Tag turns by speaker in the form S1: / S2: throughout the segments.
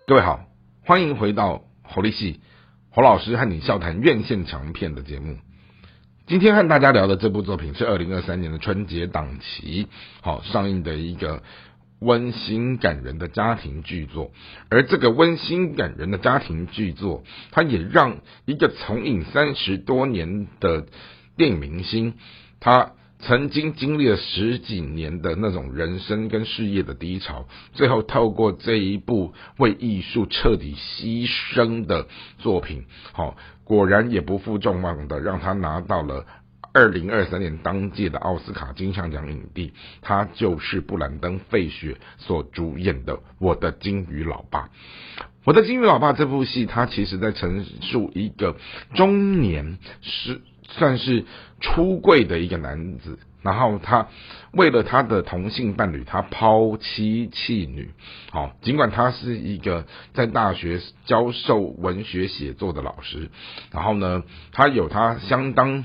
S1: 各位好，欢迎回到侯立系侯老师和你笑谈院线强片的节目。今天和大家聊的这部作品是2023年的春节档期上映的一个温馨感人的家庭剧作，而这个温馨感人的家庭剧作，它也让一个从影30多年的电影明星，他曾经经历了10几年的那种人生跟事业的低潮，最后透过这一部为艺术彻底牺牲的作品，果然也不负众望的让他拿到了2023年当届的奥斯卡金像奖影帝，他就是布兰登·费雪所主演的《我的金鱼老爸》。我的金鱼老爸这部戏，他其实在陈述一个中年算是出柜的一个男子，然后他为了他的同性伴侣，他抛妻弃女。尽管他是一个在大学教授文学写作的老师，然后呢，他有他相当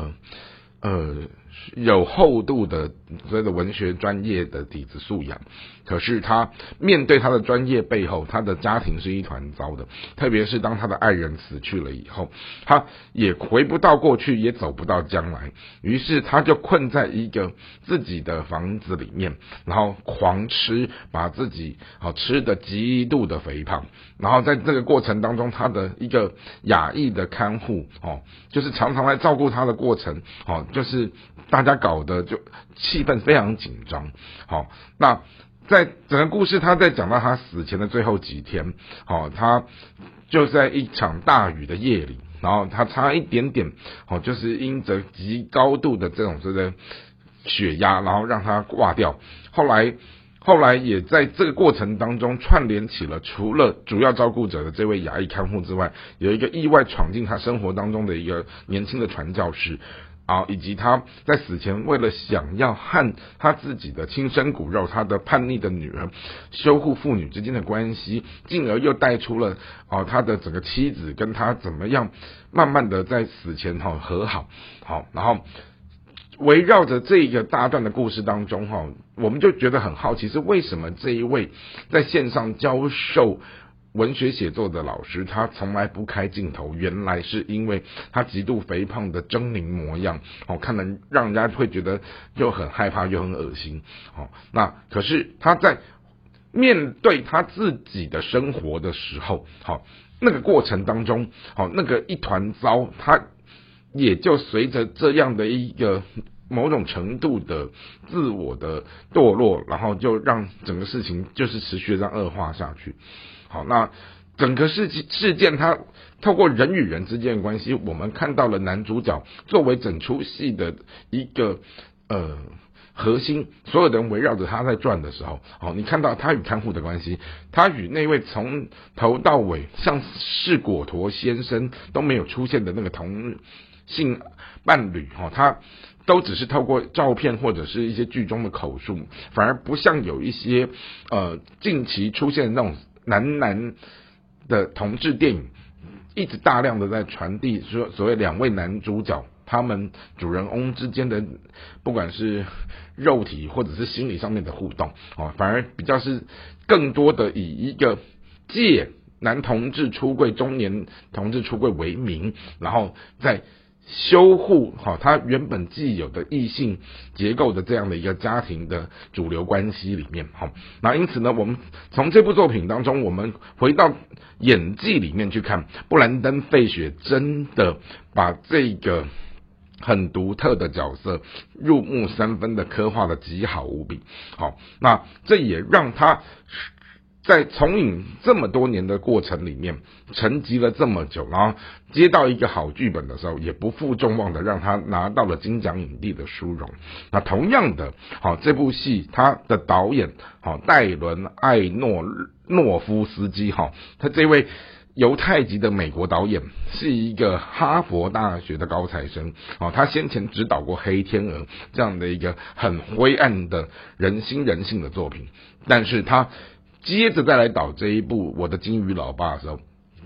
S1: 有厚度的所谓的文学专业的底子素养，可是他面对他的专业背后，他的家庭是一团糟的，特别是当他的爱人死去了以后，他也回不到过去，也走不到将来，于是他就困在一个自己的房子里面，然后狂吃，把自己吃得极度的肥胖，然后在这个过程当中，他的一个亚裔的看护就是常常来照顾他的过程，就是大家搞得就气氛非常紧张。那在整个故事，他在讲到他死前的最后几天，他就在一场大雨的夜里，然后他差一点点，就是因着极高度的这种血压，然后让他挂掉。后来也在这个过程当中串联起了除了主要照顾者的这位亚裔看护之外，有一个意外闯进他生活当中的一个年轻的传教士，以及他在死前为了想要和他自己的亲生骨肉，他的叛逆的女儿修护父女之间的关系，进而又带出了他的整个妻子跟他怎么样慢慢的在死前和好。然后围绕着这个大段的故事当中我们就觉得很好奇，是为什么这一位在线上教授文学写作的老师，他从来不开镜头，原来是因为他极度肥胖的狰狞模样，看了让人家会觉得又很害怕又很恶心。那可是他在面对他自己的生活的时候，那个过程当中，那个一团糟，他也就随着这样的一个某种程度的自我的堕落，然后就让整个事情就是持续的这样恶化下去。那整个事件它透过人与人之间的关系，我们看到了男主角作为整出戏的一个核心，所有的人围绕着他在转的时候，你看到他与看护的关系，他与那位从头到尾像是果陀先生都没有出现的那个同性伴侣，他都只是透过照片或者是一些剧中的口述，反而不像有一些近期出现那种男的同志电影，一直大量的在传递说所谓两位男主角他们主人翁之间的不管是肉体或者是心理上面的互动，反而比较是更多的以一个借男同志出柜、中年同志出柜为名，然后在修护他原本既有的异性结构的这样的一个家庭的主流关系里面。那因此呢，我们从这部作品当中，我们回到演技里面去看，布兰登·费雪真的把这个很独特的角色入木三分的刻画的极好无比。那这也让他在从影这么多年的过程里面沉寂了这么久，然后接到一个好剧本的时候，也不负众望的让他拿到了金奖影帝的殊荣。那同样的，这部戏他的导演戴伦·艾诺夫斯基，他这位犹太籍的美国导演，是一个哈佛大学的高材生，他先前指导过《黑天鹅》这样的一个很灰暗的人心人性的作品，但是他接着再来导这一部《我的金鱼老爸》的时候，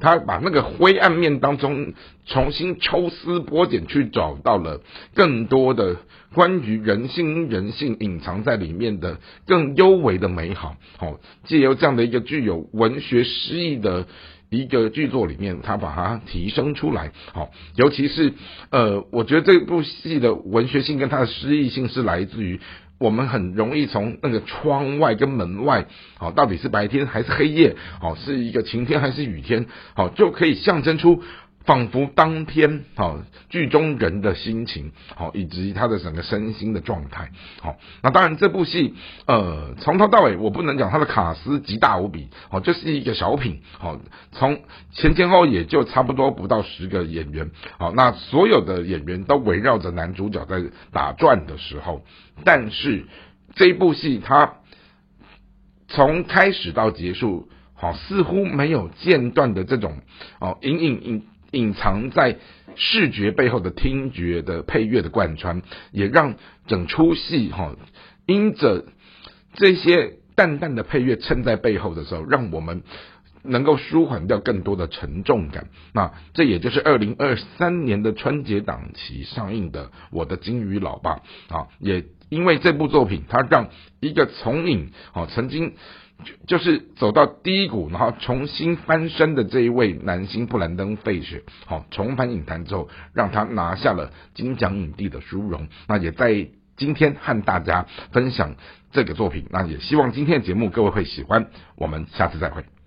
S1: 他把那个灰暗面当中重新抽丝剥茧，去找到了更多的关于人性隐藏在里面的更幽微的美好。借由这样的一个具有文学诗意的一个剧作里面，他把它提升出来。尤其是我觉得这部戏的文学性跟它的诗意性是来自于我们很容易从那个窗外跟门外，到底是白天还是黑夜，是一个晴天还是雨天，就可以象征出仿佛当天剧中人的心情，以及他的整个身心的状态。那当然这部戏从头到尾我不能讲他的卡司极大无比，就是一个小品，从前后也就差不多不到10个演员，那所有的演员都围绕着男主角在打转的时候，但是这一部戏它从开始到结束似乎没有间断的这种隐藏在视觉背后的听觉的配乐的贯穿，也让整出戏因着这些淡淡的配乐衬在背后的时候，让我们能够舒缓掉更多的沉重感。那这也就是2023年的春节档期上映的《我的金鱼老爸》也因为这部作品，它让一个从影曾经就是走到低谷，然后重新翻身的这一位男星布兰登·费雪，重返影坛之后，让他拿下了金奖影帝的殊荣。那也在今天和大家分享这个作品，那也希望今天的节目各位会喜欢，我们下次再会。